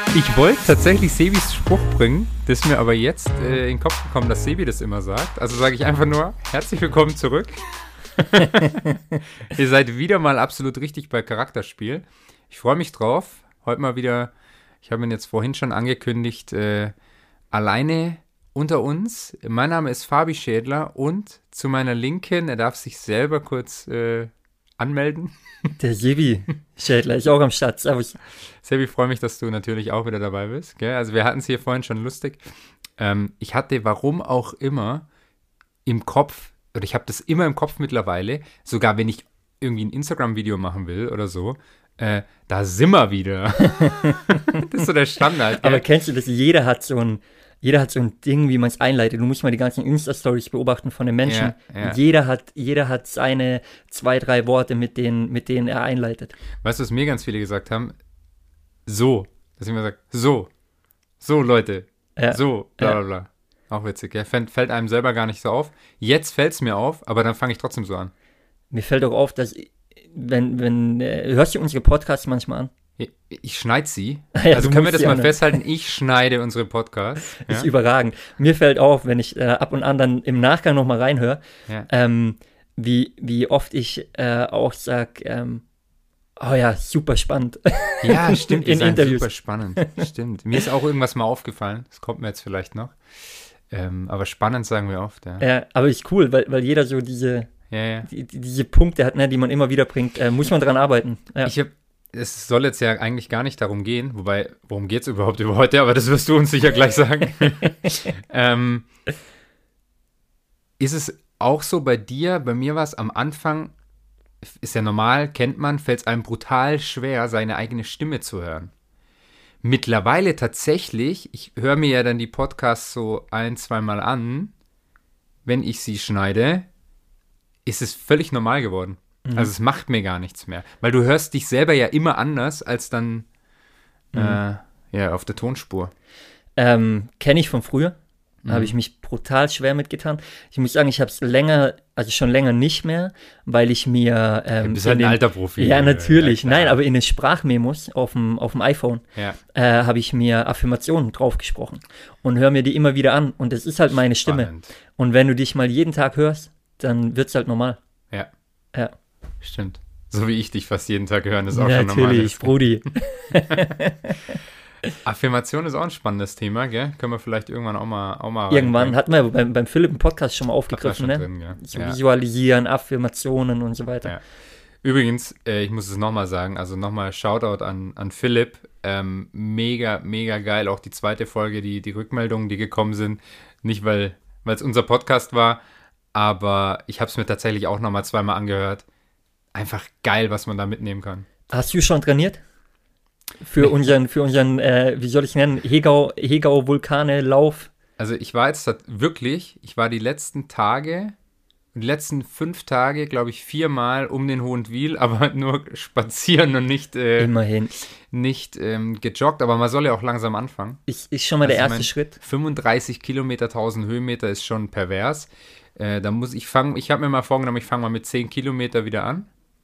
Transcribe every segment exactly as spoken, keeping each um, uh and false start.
Ich wollte tatsächlich Sebis Spruch bringen, das ist mir aber jetzt äh, in den Kopf gekommen, dass Sebi das immer sagt. Also sage ich einfach nur, herzlich willkommen zurück. Ihr seid wieder mal absolut richtig bei Charakterspiel. Ich freue mich drauf. Heute mal wieder, ich habe ihn jetzt vorhin schon angekündigt, äh, alleine unter uns. Mein Name ist Fabi Schädler und zu meiner Linken, er darf sich selber kurz äh, anmelden. Der Sebi Schädler ist auch am Start. Servus. Sebi, freue mich, dass du natürlich auch wieder dabei bist. Gell? Also wir hatten es hier vorhin schon lustig. Ähm, ich hatte, warum auch immer, im Kopf, oder ich habe das immer im Kopf mittlerweile, sogar wenn ich irgendwie ein Instagram-Video machen will oder so, äh, da sind wir wieder. Das ist so der Standard. Gell? Aber kennst du das? Jeder hat so ein Jeder hat so ein Ding, wie man es einleitet. Du musst mal die ganzen Insta-Stories beobachten von den Menschen. Ja, ja. Jeder hat, jeder hat seine zwei, drei Worte, mit denen, mit denen er einleitet. Weißt du, was mir ganz viele gesagt haben? So. Dass ich immer sage, so. So, Leute. Ja, so, bla bla ja. bla. Auch witzig, ja. Fällt, fällt einem selber gar nicht so auf. Jetzt fällt es mir auf, aber dann fange ich trotzdem so an. Mir fällt auch auf, dass, wenn, wenn, äh, hörst du unsere Podcasts manchmal an? Ich schneide sie. Ja, also du können wir musst das sie mal anhören. festhalten, ich schneide unsere Podcasts. Ja? Ist überragend. Mir fällt auf, wenn ich äh, ab und an dann im Nachgang nochmal reinhöre, Ja. ähm, wie, wie oft ich äh, auch sage, ähm, oh ja, super spannend. Ja, stimmt, die In sind Interviews. super spannend. Stimmt. Mir ist auch irgendwas mal aufgefallen. Das kommt mir jetzt vielleicht noch. Ähm, aber spannend sagen wir oft, ja. Ja, aber ist cool, weil, weil jeder so diese, Ja, ja. die, die, diese Punkte hat, ne, die man immer wieder bringt. Äh, muss man dran arbeiten. Ja. Ich habe, es soll jetzt ja eigentlich gar nicht darum gehen, wobei, worum geht es überhaupt über heute? Aber das wirst du uns sicher gleich sagen. ähm, ist es auch so bei dir? Bei mir war es am Anfang, ist ja normal, kennt man, fällt es einem brutal schwer, seine eigene Stimme zu hören. Mittlerweile tatsächlich, ich höre mir ja dann die Podcasts so ein, zweimal an, wenn ich sie schneide, ist es völlig normal geworden. Mhm. Also es macht mir gar nichts mehr. Weil du hörst dich selber ja immer anders als dann Mhm. äh, ja, auf der Tonspur. Ähm, Kenne ich von früher. Da Mhm. habe ich mich brutal schwer mitgetan. Ich muss sagen, ich habe es länger, also schon länger nicht mehr, weil ich mir ähm, Du bist in halt ein den- alter Profi. Ja, natürlich. Ja, klar. Nein, aber in den Sprachmemos auf dem, auf dem iPhone Ja, äh, habe ich mir Affirmationen draufgesprochen und höre mir die immer wieder an. Und das ist halt meine Stimme. spannend. Und wenn du dich mal jeden Tag hörst, dann wird es halt normal. Ja, Ja, stimmt. So wie ich dich fast jeden Tag hören, ist auch schon normal. natürlich, Brudi. Affirmation ist auch ein spannendes Thema, gell? Können wir vielleicht irgendwann auch mal auch mal Irgendwann reinbringen. hatten wir beim, beim Philipp im Podcast schon mal Hatten wir aufgegriffen, schon ne? drin, ja. So Ja. Visualisieren, Affirmationen und so weiter. Ja. Übrigens, äh, ich muss es nochmal sagen, also nochmal Shoutout an, an Philipp. Ähm, mega, mega geil. Auch die zweite Folge, die, die Rückmeldungen, die gekommen sind. Nicht, weil es unser Podcast war, aber ich habe es mir tatsächlich auch nochmal zweimal angehört. Einfach geil, was man da mitnehmen kann. Hast du schon trainiert? Für unseren, für unseren, äh, wie soll ich nennen, Hegau, Hegau Vulkane Lauf. Also ich war jetzt tat- wirklich, ich war die letzten Tage, die letzten fünf Tage, glaube ich, viermal um den Hohenwil, aber nur spazieren und nicht, äh, Immerhin. nicht ähm, gejoggt. Aber man soll ja auch langsam anfangen. Ist, ist schon mal der Also erste mein Schritt. fünfunddreißig Kilometer, tausend Höhenmeter ist schon pervers. Äh, da muss ich fangen, ich habe mir mal vorgenommen, ich fange mal mit zehn Kilometer wieder an.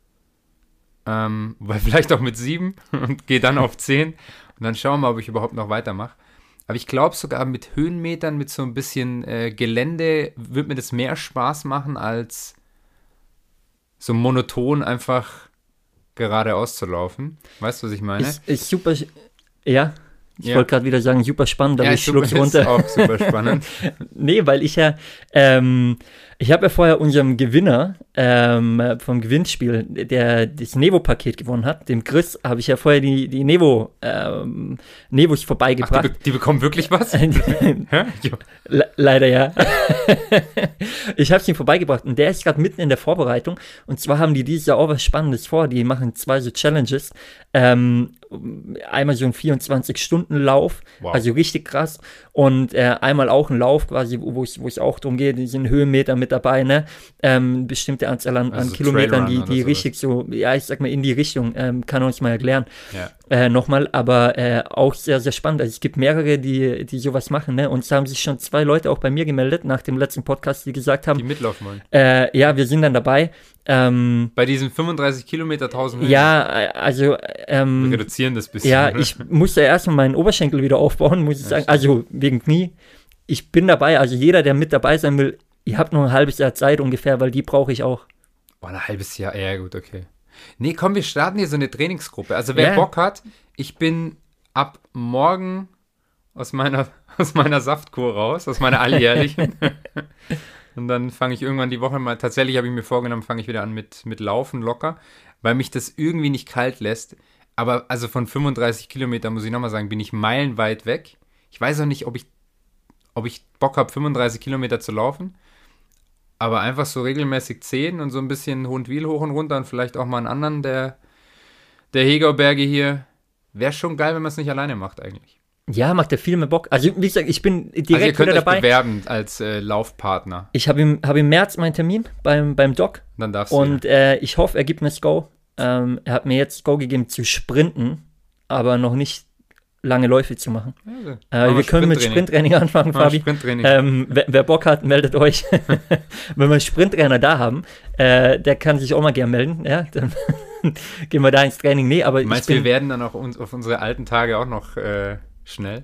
Ähm, weil vielleicht auch mit sieben und gehe dann auf zehn. Und dann schauen wir mal, ob ich überhaupt noch weitermache. Aber ich glaube sogar mit Höhenmetern, mit so ein bisschen äh, Gelände, wird mir das mehr Spaß machen, als so monoton einfach geradeaus zu laufen. Weißt du, was ich meine? Ist, ist super, sch- ja. Ich Ja. wollte gerade wieder sagen, super spannend, aber ja, ich super, schluck's ist runter. auch super spannend. Nee, weil ich ja, ähm, ich habe ja vorher unserem Gewinner ähm, vom Gewinnspiel, der das Nevo-Paket gewonnen hat, dem Chris, habe ich ja vorher die, die Nevo, ähm, Nevos Ach, die, vorbeigebracht. be die bekommen wirklich was? Hä? Jo. Le leider ja. Ich habe es ihm vorbeigebracht und der ist gerade mitten in der Vorbereitung. Und zwar haben die dieses Jahr auch was Spannendes vor. Die machen zwei so Challenges. Ähm, einmal so ein vierundzwanzig-Stunden-Lauf, Wow. also richtig krass. Und äh, einmal auch ein Lauf quasi, wo es wo es auch darum geht, die sind Höhenmeter mit dabei, ne? Ähm, bestimmte Anzahl an, Also an so Kilometern, die, Trailrun die oder richtig so, ja, ich sag mal in die Richtung, ähm, kann er uns mal erklären. Ja. äh, nochmal, aber äh, auch sehr, sehr spannend. Also es gibt mehrere, die, die sowas machen, ne? Und es haben sich schon zwei Leute auch bei mir gemeldet nach dem letzten Podcast, die gesagt haben, Die mitlaufen wollen. äh, ja, wir sind dann dabei. Ähm, Bei diesen fünfunddreißig Kilometer, tausend Höhen. ja, äh, also ähm, Wir reduzieren das ein bisschen. ja, oder? ich musste erstmal meinen Oberschenkel wieder aufbauen, muss ich Ja, sagen. stimmt. Also wegen Knie. Ich bin dabei, also jeder, der mit dabei sein will, ihr habt noch ein halbes Jahr Zeit ungefähr, weil die brauche ich auch. Oh, ein halbes Jahr, ja gut, okay. Nee, komm, wir starten hier so eine Trainingsgruppe. Also wer Ja. Bock hat, ich bin ab morgen aus meiner, aus meiner Saftkur raus, aus meiner alljährlichen. Und dann fange ich irgendwann die Woche mal, tatsächlich habe ich mir vorgenommen, fange ich wieder an mit, mit Laufen locker, weil mich das irgendwie nicht kalt lässt. Aber also von fünfunddreißig Kilometern, muss ich nochmal sagen, bin ich meilenweit weg. Ich weiß auch nicht, ob ich, ob ich Bock habe, fünfunddreißig Kilometer zu laufen. Aber einfach so regelmäßig zehn und so ein bisschen Hohenwil hoch und runter und vielleicht auch mal einen anderen der, der Hegauberge hier. Wäre schon geil, wenn man es nicht alleine macht eigentlich. Ja, macht der viel mehr Bock. Also wie gesagt, ich bin direkt Also ihr könnt wieder euch dabei. bewerben als äh, Laufpartner. Ich habe im, hab im März meinen Termin beim, beim Doc Dann darfst du und äh, ich hoffe, er gibt mir das Go. Ähm, er hat mir jetzt Go gegeben zu sprinten, aber noch nicht lange Läufe zu machen. wieder. Ja, Äh, machen wir können mit Sprinttraining. Sprinttraining anfangen, Machen Fabi. Sprinttraining. Ähm, wer, wer Bock hat, meldet euch. Wenn wir einen Sprinttrainer da haben, äh, der kann sich auch mal gern melden. Ja, dann gehen wir da ins Training. Nee, aber Du meinst, ich bin, wir werden dann auch uns, auf unsere alten Tage auch noch äh, schnell?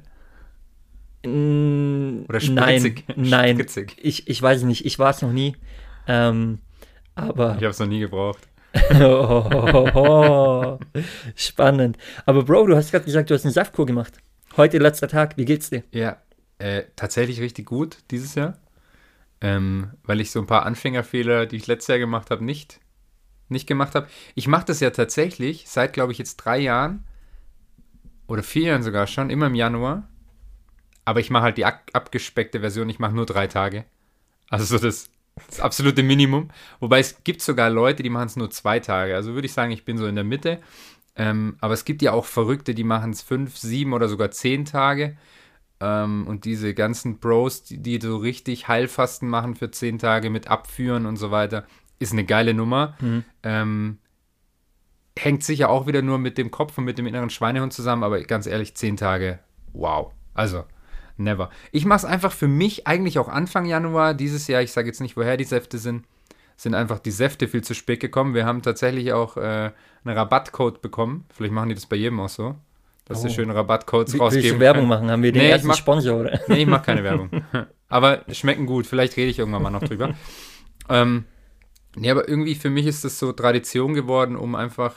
Mm, Oder nein, spritzig? nein, Spritzig. ich, ich weiß nicht, ich war es noch nie. Ähm, aber Ich habe es noch nie gebraucht. oh, oh, oh, spannend. Aber Bro, du hast gerade gesagt, du hast eine Saftkur gemacht. Heute letzter Tag, wie geht's dir? Ja, äh, tatsächlich richtig gut dieses Jahr. Ähm, weil ich so ein paar Anfängerfehler, die ich letztes Jahr gemacht habe, nicht, nicht gemacht habe. Ich mache das ja tatsächlich seit, glaube ich, jetzt drei Jahren oder vier Jahren sogar schon, immer im Januar. Aber ich mache halt die ab- abgespeckte Version, ich mache nur drei Tage. Also so das, das absolute Minimum. Wobei es gibt sogar Leute, die machen es nur zwei Tage. Also würde ich sagen, ich bin so in der Mitte. Ähm, aber es gibt ja auch Verrückte, die machen es fünf, sieben oder sogar zehn Tage. Ähm, und diese ganzen Bros, die, die so richtig Heilfasten machen für zehn Tage mit Abführen und so weiter, ist eine geile Nummer. Mhm. Ähm, hängt sicher auch wieder nur mit dem Kopf und mit dem inneren Schweinehund zusammen, aber ganz ehrlich, zehn Tage, wow. Also, never. Ich mache es einfach für mich, eigentlich auch Anfang Januar dieses Jahr, ich sage jetzt nicht, woher die Säfte sind, sind einfach die Säfte viel zu spät gekommen. Wir haben tatsächlich auch äh, einen Rabattcode bekommen. Vielleicht machen die das bei jedem auch so, dass Oh. sie schöne Rabattcodes Wie- rausgeben Willst du Werbung können. machen? Haben wir den Nee, ich ersten mach- Sponsor, oder? Nee, ich mache keine Werbung. Aber schmecken gut. Vielleicht rede ich irgendwann mal noch drüber. ähm, nee, aber irgendwie für mich ist das so Tradition geworden, um einfach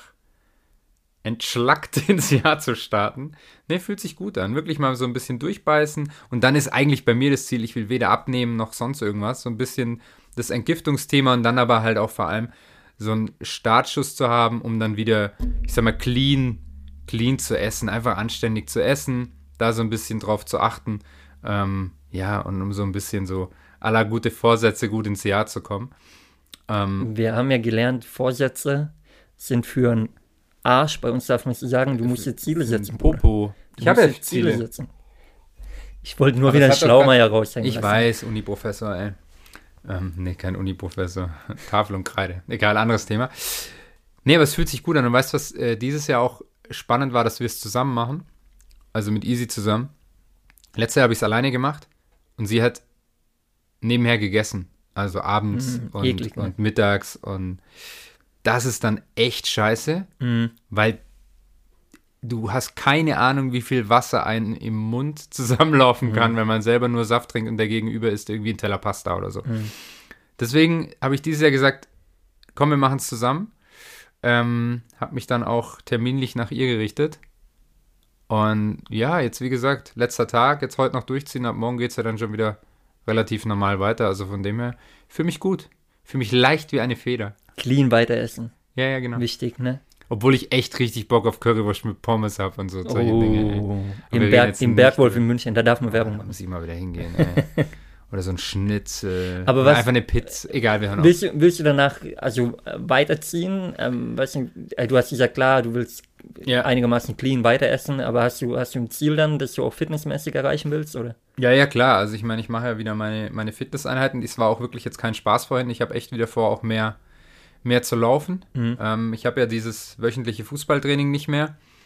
entschlackt ins Jahr zu starten. Nee, fühlt sich gut an. Wirklich mal so ein bisschen durchbeißen. Und dann ist eigentlich bei mir das Ziel, ich will weder abnehmen noch sonst irgendwas. So ein bisschen das Entgiftungsthema und dann aber halt auch vor allem so einen Startschuss zu haben, um dann wieder, ich sag mal, clean, clean zu essen. Einfach anständig zu essen. Da so ein bisschen drauf zu achten. Ähm, ja, und um so ein bisschen so aller gute Vorsätze gut ins Jahr zu kommen. Ähm, Wir haben ja gelernt, Vorsätze sind für einen Arsch. Bei uns darf man so sagen, du musst dir Ziele setzen. Bruder. Popo. Du Ich habe musst ja dir Ziele Ziele. setzen. Ich wollte nur Aber wieder das einen hat doch Schlaumeier raushängen Ich lassen. weiß, Uni-Professor, ey. Ähm, nee, kein Uni-Professor. Tafel und Kreide. Egal, anderes Thema. Nee, aber es fühlt sich gut an. Und weißt du, was äh, dieses Jahr auch spannend war, dass wir es zusammen machen? Also mit Easy zusammen. Letztes Jahr habe ich es alleine gemacht und sie hat nebenher gegessen. Also abends Mm, und, eklig, ne? und mittags. Und das ist dann echt scheiße, Mhm. weil du hast keine Ahnung, wie viel Wasser einem im Mund zusammenlaufen kann, Mhm. wenn man selber nur Saft trinkt und der Gegenüber isst irgendwie ein Teller Pasta oder so. Mhm. Deswegen habe ich dieses Jahr gesagt, komm, wir machen es zusammen. Ähm, habe mich dann auch terminlich nach ihr gerichtet. Und ja, jetzt wie gesagt, letzter Tag, jetzt heute noch durchziehen, ab morgen geht es ja dann schon wieder relativ normal weiter. Also von dem her, fühle mich gut. Fühle mich leicht wie eine Feder. Clean weiter essen. Ja, ja, genau. Wichtig, ne? Obwohl ich echt richtig Bock auf Currywurst mit Pommes habe und so solche Dinge. Ey. Oh, Aber wir im, reden Berg, jetzt im nicht Bergwolf über- in München, da darf man Werbung Da machen. muss ich mal wieder hingehen. Ey. Oder so ein Schnitzel. Aber Oder was- einfach eine Pizza. Egal, wir hören auf. Willst du, willst du danach also äh, weiterziehen? Ähm, weißt du, äh, du hast gesagt, klar, du willst Ja. einigermaßen clean weiter essen, aber hast du, hast du ein Ziel dann, das du auch fitnessmäßig erreichen willst, oder? Ja, ja, klar. Also ich meine, ich mache ja wieder meine, meine Fitnesseinheiten. Das war auch wirklich jetzt kein Spaß vorhin. Ich habe echt wieder vor, auch mehr, mehr zu laufen. Mhm. Ähm, ich habe ja dieses wöchentliche Fußballtraining nicht mehr.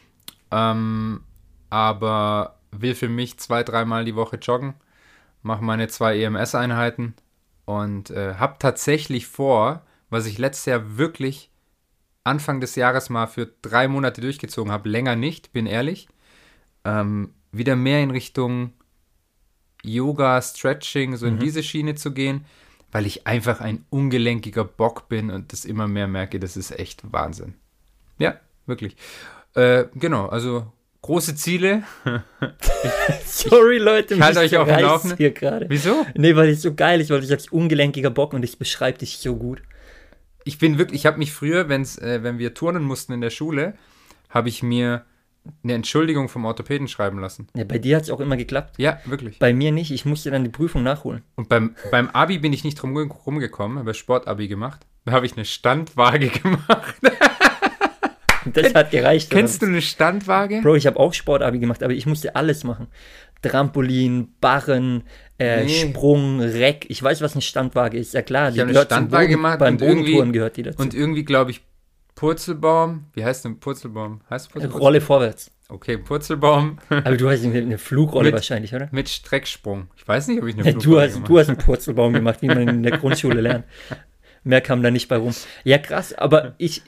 ähm, aber will für mich zwei, dreimal die Woche joggen, mache meine zwei E M S-Einheiten und äh, habe tatsächlich vor, was ich letztes Jahr wirklich Anfang des Jahres mal für drei Monate durchgezogen habe, länger nicht, bin ehrlich, ähm, wieder mehr in Richtung Yoga, Stretching, so in Mhm. diese Schiene zu gehen, weil ich einfach ein ungelenkiger Bock bin und das immer mehr merke, das ist echt Wahnsinn. Ja, wirklich. Äh, genau, also große Ziele. Sorry, Leute, ich halte mich euch auf dem zerreißt Laufenden. hier gerade. Wieso? Nee, weil es so geil ist, weil du sagst ungelenkiger Bock und das beschreibt dich so gut. Ich bin wirklich, ich habe mich früher, wenn's, äh, wenn wir turnen mussten in der Schule, habe ich mir eine Entschuldigung vom Orthopäden schreiben lassen. Ja, bei dir hat es auch immer geklappt. Ja, wirklich. Bei mir nicht. Ich musste dann die Prüfung nachholen. Und beim, beim Abi bin ich nicht drum rumgekommen, habe Sportabi gemacht. Da habe ich eine Standwaage gemacht. Und das hat gereicht. Kennst du oder? eine Standwaage? Bro, ich habe auch Sportabi gemacht, aber ich musste alles machen. Trampolin, Barren, äh, Nee. Sprung, Reck. Ich weiß, was eine Standwaage ist. Ja klar, die hab eine gehört zum Standwaage Boden, gemacht beim und irgendwie- Bodentouren gehört die dazu. Und irgendwie, glaube ich, Purzelbaum. Wie heißt denn Purzelbaum? Heißt Purzelbaum? Rolle vorwärts. Okay, Purzelbaum Aber du hast eine, eine Flugrolle Mit- wahrscheinlich, oder? mit Strecksprung. Ich weiß nicht, ob ich eine Ja, Flugrolle du, hast, gemacht du hast einen Purzelbaum gemacht, wie man in der Grundschule lernt. Mehr kam da nicht bei rum. Ja, krass, aber ich.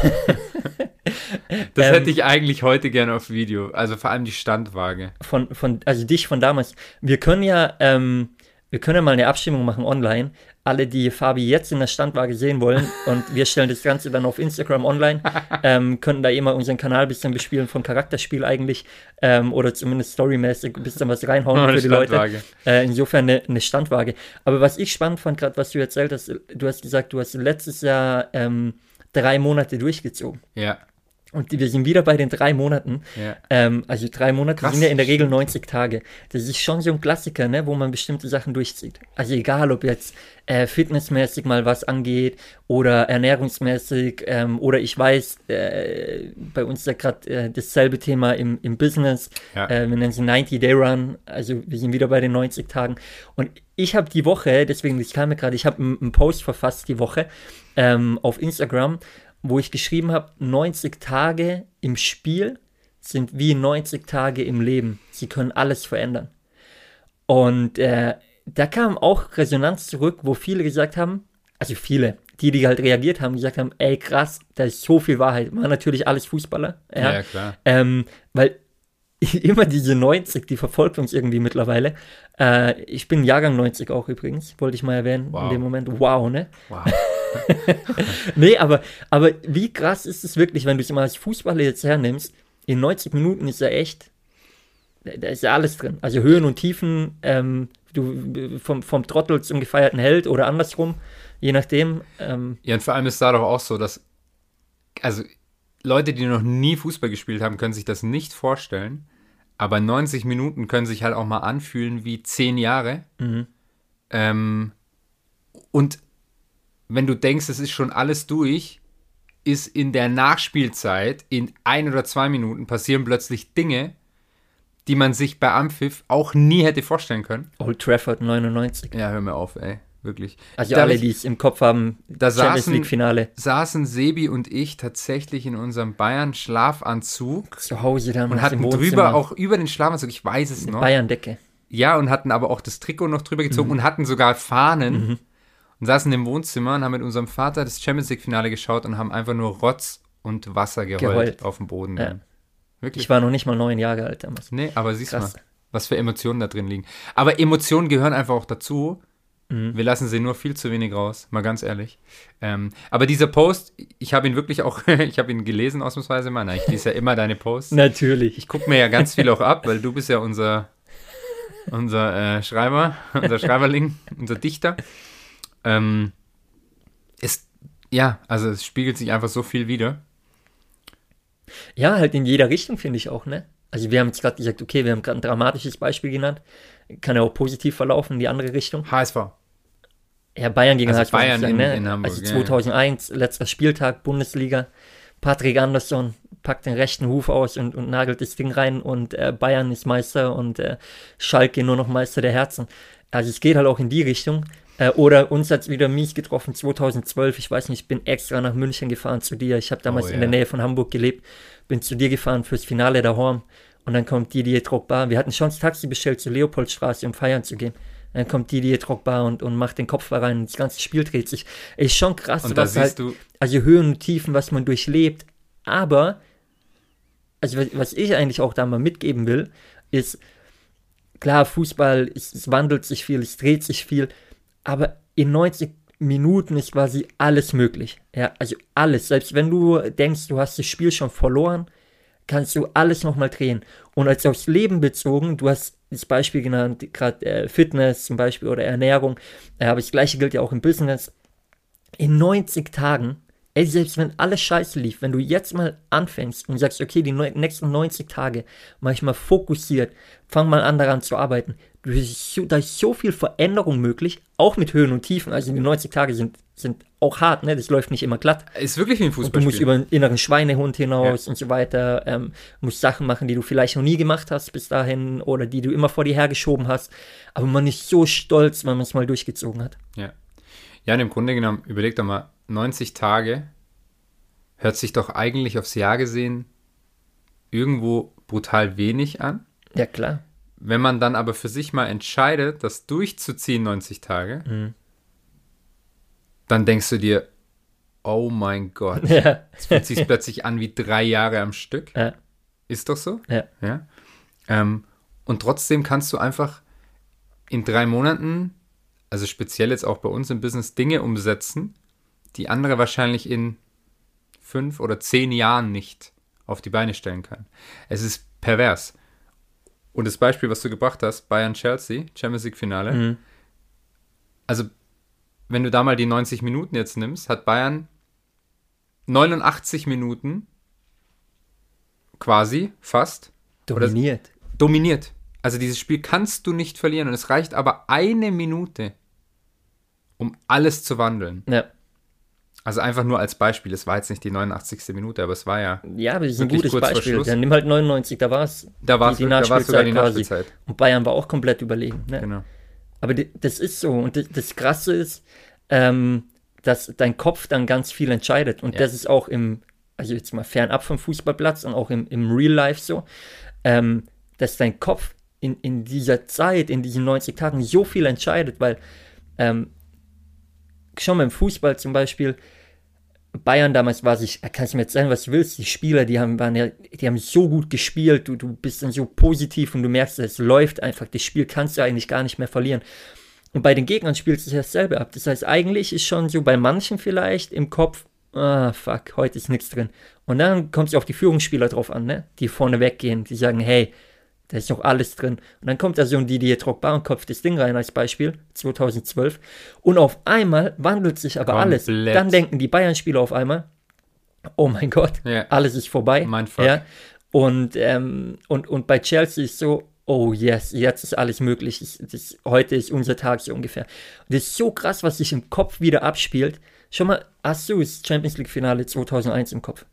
Das ähm, hätte ich eigentlich heute gerne auf Video. Also vor allem die Standwaage. von, von, also dich von damals. Wir können ja, ähm, wir können ja mal eine Abstimmung machen online. Alle, die Fabi jetzt in der Standwaage sehen wollen und wir stellen das Ganze dann auf Instagram online, ähm, können da eh mal unseren Kanal ein bisschen bespielen von Charakterspiel eigentlich ähm, oder zumindest storymäßig ein bisschen was reinhauen Oh, eine für die Leute. Standwaage. Äh, insofern eine, eine Standwaage. Aber was ich spannend fand, gerade was du erzählt hast, du hast gesagt, du hast letztes Jahr ähm, drei Monate durchgezogen. Ja, Und wir sind wieder bei den drei Monaten. ja. Ähm, also drei Monate Krass, sind ja in der Regel stimmt. neunzig Tage. Das ist schon so ein Klassiker, ne, wo man bestimmte Sachen durchzieht. Also egal, ob jetzt äh, fitnessmäßig mal was angeht oder ernährungsmäßig ähm, oder ich weiß, äh, bei uns ist ja gerade äh, dasselbe Thema im, im Business. Ja. Äh, wir nennen es neunzig-Day-Run. Also wir sind wieder bei den neunzig Tagen. Und ich habe die Woche, deswegen, ich kam mir gerade, ich habe einen Post verfasst die Woche ähm, auf Instagram, wo ich geschrieben habe, neunzig Tage im Spiel sind wie neunzig Tage im Leben. Sie können alles verändern. Und äh, da kam auch Resonanz zurück, wo viele gesagt haben, also viele, die, die halt reagiert haben, gesagt haben, ey krass, da ist so viel Wahrheit. Waren natürlich alles Fußballer. Ja, Ja, ja, klar. ähm, weil immer diese neunzig, die verfolgt uns irgendwie mittlerweile. Äh, ich bin Jahrgang neunzig auch übrigens, wollte ich mal erwähnen Wow. in dem Moment. Wow, ne? Wow. Nee, aber, aber wie krass ist es wirklich, wenn du es mal als Fußballer jetzt hernimmst, in neunzig Minuten ist ja echt, da da ist ja alles drin. Also Höhen und Tiefen, ähm, du vom, vom Trottel zum gefeierten Held oder andersrum, je nachdem. Ähm, Ja, und vor allem ist da doch auch so, dass, also Leute, die noch nie Fußball gespielt haben, können sich das nicht vorstellen, aber neunzig Minuten können sich halt auch mal anfühlen wie zehn Jahre. mhm. Ähm, und wenn du denkst, es ist schon alles durch, ist in der Nachspielzeit in ein oder zwei Minuten passieren plötzlich Dinge, die man sich bei Ampfiff auch nie hätte vorstellen können. Old Trafford neunundneunzig. Ja, hör mir auf, ey. Wirklich. Also Da alle, ich- die es im Kopf haben, Da Champions saßen- League Finale. saßen Sebi und ich tatsächlich in unserem Bayern-Schlafanzug Zu Hause damals und hatten im Wohnzimmer. drüber auch über den Schlafanzug, ich weiß es noch, Bayern-Decke. ja, und hatten aber auch das Trikot noch drüber gezogen und hatten sogar Fahnen Mhm. und saßen im Wohnzimmer und haben mit unserem Vater das Champions League-Finale geschaut und haben einfach nur Rotz und Wasser geheult, Geheult. auf dem Boden. Ja. dann. Wirklich. Ich war noch nicht mal neun Jahre alt damals. Nee, aber siehst Krass. mal, was für Emotionen da drin liegen. Aber Emotionen gehören einfach auch dazu. Mhm. Wir lassen sie nur viel zu wenig raus, mal ganz ehrlich. Ähm, aber dieser Post, ich habe ihn wirklich auch, ich habe ihn gelesen ausnahmsweise mal. Na, ich lese ja immer deine Posts. Natürlich. Ich gucke mir ja ganz viel auch ab, weil du bist ja unser, unser äh, Schreiber, unser Schreiberling, unser Dichter. Ähm, ist, ja, also es spiegelt sich einfach so viel wider. Ja, halt in jeder Richtung, finde ich auch, ne? Also wir haben jetzt gerade gesagt, okay, wir haben gerade ein dramatisches Beispiel genannt. Kann ja auch positiv verlaufen in die andere Richtung. H S V. Ja, Bayern gegen Also H S V, Bayern sagen, in- ne? in Hamburg, Also ja, zweitausendeins, letzter Spieltag, Bundesliga. Patrick Andersson packt den rechten Huf aus und, und nagelt das Ding rein und äh, Bayern ist Meister und äh, Schalke nur noch Meister der Herzen. Also es geht halt auch in die Richtung. Äh, oder uns hat es wieder mies getroffen, zweitausendzwölf, ich weiß nicht, ich bin extra nach München gefahren zu dir. Ich habe damals oh, yeah. in der Nähe von Hamburg gelebt, bin zu dir gefahren fürs Finale der Horn und dann kommt Didier Drogba. Wir hatten schon das Taxi bestellt zur Leopoldstraße, um feiern zu gehen. Dann kommt Didier Drogba und, und macht den Kopf rein und das ganze Spiel dreht sich. Ist schon krass, und was halt, du also Höhen und Tiefen, was man durchlebt. Aber, also was ich eigentlich auch da mal mitgeben will, ist, klar, Fußball, es, es wandelt sich viel, es dreht sich viel, aber in neunzig Minuten ist quasi alles möglich. Ja, also alles. Selbst wenn du denkst, du hast das Spiel schon verloren, kannst du alles nochmal drehen. Und als aufs Leben bezogen, du hast das Beispiel genannt, gerade äh, Fitness zum Beispiel oder Ernährung, äh, aber das Gleiche gilt ja auch im Business. In neunzig Tagen, ey, selbst wenn alles scheiße lief, wenn du jetzt mal anfängst und sagst, okay, die ne- nächsten neunzig Tage mach ich mal fokussiert, fang mal an daran zu arbeiten, du, so, da ist so viel Veränderung möglich, auch mit Höhen und Tiefen, also die neunzig Tage sind, sind auch hart, ne? Das läuft nicht immer glatt. Ist wirklich wie ein Fußballspiel. Und du musst über einen inneren Schweinehund hinaus ja. und so weiter, ähm, musst Sachen machen, die du vielleicht noch nie gemacht hast bis dahin oder die du immer vor dir hergeschoben hast, aber man ist so stolz, wenn man es mal durchgezogen hat. Ja. Ja, und im Grunde genommen, überleg doch mal, neunzig Tage hört sich doch eigentlich aufs Jahr gesehen irgendwo brutal wenig an. Ja, klar. Wenn man dann aber für sich mal entscheidet, das durchzuziehen, neunzig Tage, mhm. dann denkst du dir, oh mein Gott, ja. es fühlt sich plötzlich an wie drei Jahre am Stück. Ja. Ist doch so? Ja. ja? Ähm, und trotzdem kannst du einfach in drei Monaten, also speziell jetzt auch bei uns im Business, Dinge umsetzen, die andere wahrscheinlich in fünf oder zehn Jahren nicht auf die Beine stellen kann. Es ist pervers. Und das Beispiel, was du gebracht hast, Bayern-Chelsea, Champions League-Finale, Mhm. also wenn du da mal die neunzig Minuten jetzt nimmst, hat Bayern neunundachtzig Minuten quasi fast Dominiert. Oder dominiert. Also dieses Spiel kannst du nicht verlieren und es reicht aber eine Minute, um alles zu wandeln. Ja. Also einfach nur als Beispiel, es war jetzt nicht die neunundachtzigste Minute, aber es war ja Ja, aber das ist ein wirklich gutes kurz vor Beispiel. Schluss. Dann nimm halt neunundneunzig, da war es Da war es die, die da war's sogar die quasi. Nachspielzeit. Und Bayern war auch komplett überlegen. Ne? Genau. Aber die, das ist so. Und das, das Krasse ist, ähm, dass dein Kopf dann ganz viel entscheidet. Und Ja. das ist auch im, also jetzt mal fernab vom Fußballplatz und auch im, im Real Life so, ähm, dass dein Kopf in, in dieser Zeit, in diesen neunzig Tagen so viel entscheidet, weil ähm, schon beim Fußball zum Beispiel, Bayern damals war sich, kannst du mir jetzt sagen, was du willst, die Spieler, die haben, waren ja, die haben so gut gespielt, du, du bist dann so positiv und du merkst, es läuft einfach, das Spiel kannst du eigentlich gar nicht mehr verlieren. Und bei den Gegnern spielt sich dasselbe ab. Das heißt, eigentlich ist schon so bei manchen vielleicht im Kopf, ah, fuck, heute ist nichts drin. Und dann kommt es auf die Führungsspieler drauf an, ne? Die vorne weggehen, die sagen, hey, da ist noch alles drin. Und dann kommt da so ein Didier Drogba und kopft das Ding rein als Beispiel, zweitausendzwölf. Und auf einmal wandelt sich aber Komplett. alles. Dann denken die Bayern-Spieler auf einmal, oh mein Gott, Ja. alles ist vorbei. Mein Fuck. Ja? Und, ähm, und, und bei Chelsea ist so, oh yes, jetzt ist alles möglich. Das, das, heute ist unser Tag so ungefähr. Und das ist so krass, was sich im Kopf wieder abspielt. Schon mal, hast du das Champions League-Finale zweitausendeins im Kopf?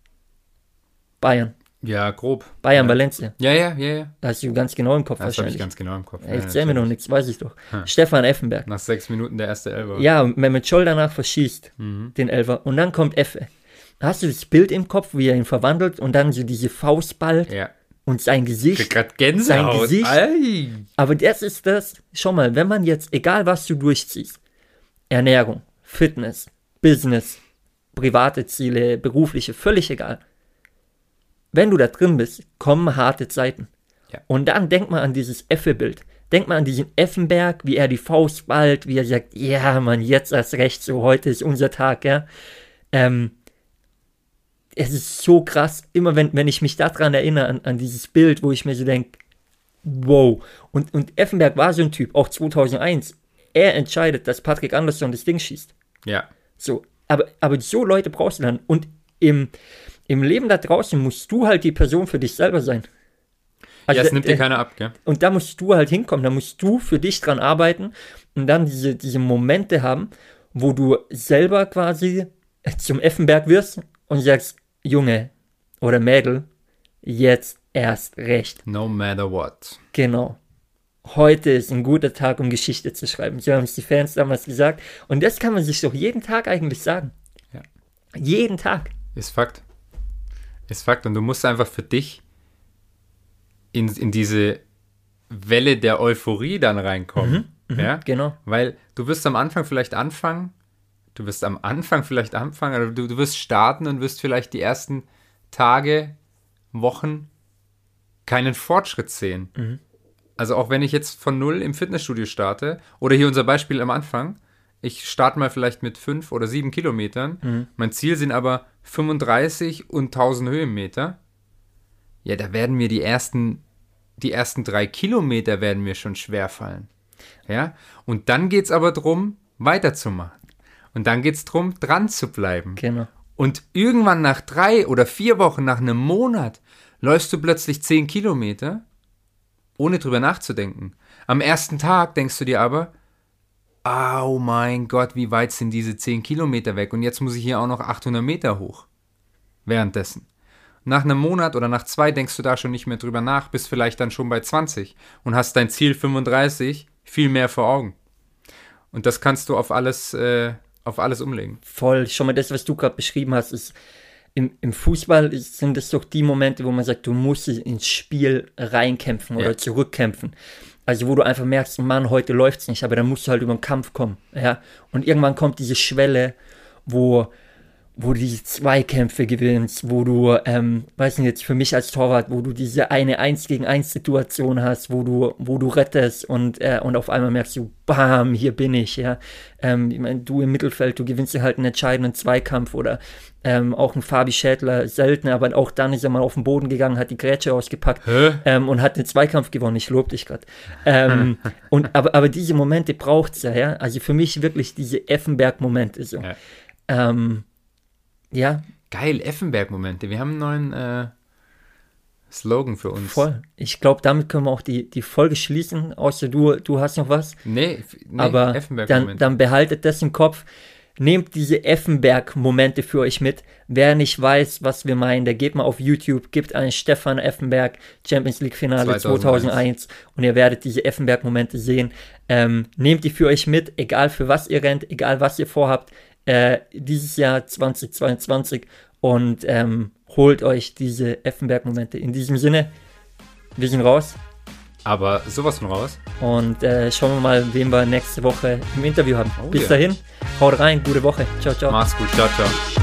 Bayern. Ja, grob. Bayern, ja. Valencia. Ja, ja, ja, ja. Da hast du ganz genau im Kopf Das habe ich wahrscheinlich. ganz genau im Kopf. Ja, ich Ja, zähl mir noch natürlich. nichts, weiß ich doch. Hm. Stefan Effenberg. Nach sechs Minuten der erste Elfer. Ja, und Mehmet Scholl danach verschießt Mhm. den Elfer. Und dann kommt Effe. Hast du das Bild im Kopf, wie er ihn verwandelt und dann so diese Faust ballt Ja. und sein Ich Gesicht. krieg grad Gänsehaut. Sein Gesicht. Ei. Aber das ist das, schau mal, wenn man jetzt, egal was du durchziehst, Ernährung, Fitness, Business, private Ziele, berufliche, völlig egal. Wenn du da drin bist, kommen harte Zeiten. Ja. Und dann denk mal an dieses Effe-Bild. Denk mal an diesen Effenberg, wie er die Faust ballt, wie er sagt, ja, Mann, jetzt erst recht, so, heute ist unser Tag, ja. Ähm, es ist so krass, immer wenn, wenn ich mich daran erinnere, an, an dieses Bild, wo ich mir so denke, wow. Und, und Effenberg war so ein Typ, auch zweitausendeins. Er entscheidet, dass Patrick Andersson das Ding schießt. Ja. So, aber, aber so Leute brauchst du dann. Und im, im Leben da draußen musst du halt die Person für dich selber sein. Also, ja, es nimmt dir äh, keiner ab, gell? Und da musst du halt hinkommen, da musst du für dich dran arbeiten und dann diese, diese Momente haben, wo du selber quasi zum Effenberg wirst und sagst, Junge oder Mädel, jetzt erst recht. No matter what. Genau. Heute ist ein guter Tag, um Geschichte zu schreiben. So haben es die Fans damals gesagt. Und das kann man sich doch jeden Tag eigentlich sagen. Ja. Jeden Tag. Ist Fakt. Ist Fakt. Und du musst einfach für dich in, in diese Welle der Euphorie dann reinkommen. Mhm, ja? Genau. Weil du wirst am Anfang vielleicht anfangen, du wirst am Anfang vielleicht anfangen, oder du, du wirst starten und wirst vielleicht die ersten Tage, Wochen keinen Fortschritt sehen. Mhm. Also auch wenn ich jetzt von null im Fitnessstudio starte, oder hier unser Beispiel am Anfang, ich starte mal vielleicht mit fünf oder sieben Kilometern, Mhm. mein Ziel sind aber fünfunddreißig und tausend Höhenmeter, ja, da werden mir die ersten, die ersten drei Kilometer werden mir schon schwer fallen. Ja, und dann geht es aber darum, weiterzumachen. Und dann geht es darum, dran zu bleiben. Genau. Und irgendwann nach drei oder vier Wochen, nach einem Monat, läufst du plötzlich zehn Kilometer, ohne drüber nachzudenken. Am ersten Tag denkst du dir aber, oh mein Gott, wie weit sind diese zehn Kilometer weg? Und jetzt muss ich hier auch noch achthundert Meter hoch. Währenddessen. Nach einem Monat oder nach zwei denkst du da schon nicht mehr drüber nach, bist vielleicht dann schon bei zwanzig und hast dein Ziel fünfunddreißig viel mehr vor Augen. Und das kannst du auf alles, äh, auf alles umlegen. Voll. Schon mal das, was du gerade beschrieben hast, ist im, im Fußball ist, sind es doch die Momente, wo man sagt, du musst ins Spiel reinkämpfen oder Ja. zurückkämpfen. Also wo du einfach merkst, Mann, heute läuft's nicht, aber dann musst du halt über den Kampf kommen. Ja? Und irgendwann kommt diese Schwelle, wo, wo du diese Zweikämpfe gewinnst, wo du, ähm, weiß nicht, jetzt für mich als Torwart, wo du diese eine eins gegen eins Situation hast, wo du, wo du rettest und, äh, und auf einmal merkst du, bam, hier bin ich, ja. Ähm, ich meine, du im Mittelfeld, du gewinnst dir halt einen entscheidenden Zweikampf oder ähm, auch ein Fabi Schädler, selten, aber auch dann ist er mal auf den Boden gegangen, hat die Grätsche ausgepackt ähm, und hat den Zweikampf gewonnen. Ich lobe dich gerade. Ähm, und aber, aber diese Momente braucht es ja, ja. Also für mich wirklich diese Effenberg-Momente so. Ja. Ähm, ja, Geil, Effenberg-Momente. Wir haben einen neuen äh, Slogan für uns. voll. Ich glaube, damit können wir auch die, die Folge schließen, außer du, du hast noch was. Nee, f- nee aber dann, Effenberg-Momente. dann behaltet das im Kopf. Nehmt diese Effenberg-Momente für euch mit. Wer nicht weiß, was wir meinen, der geht mal auf YouTube, gibt einen Stefan Effenberg Champions League Finale zweitausendeins. zweitausendeins und ihr werdet diese Effenberg-Momente sehen. Ähm, nehmt die für euch mit, egal für was ihr rennt, egal was ihr vorhabt, äh, dieses Jahr zweitausendzweiundzwanzig und ähm, holt euch diese Effenberg-Momente. In diesem Sinne, wir sind raus. Aber sowas von raus. Und äh, schauen wir mal, wen wir nächste Woche im Interview haben. Oh Bis ja. dahin, haut rein, gute Woche. Ciao, ciao. Mach's gut. Ciao, ciao.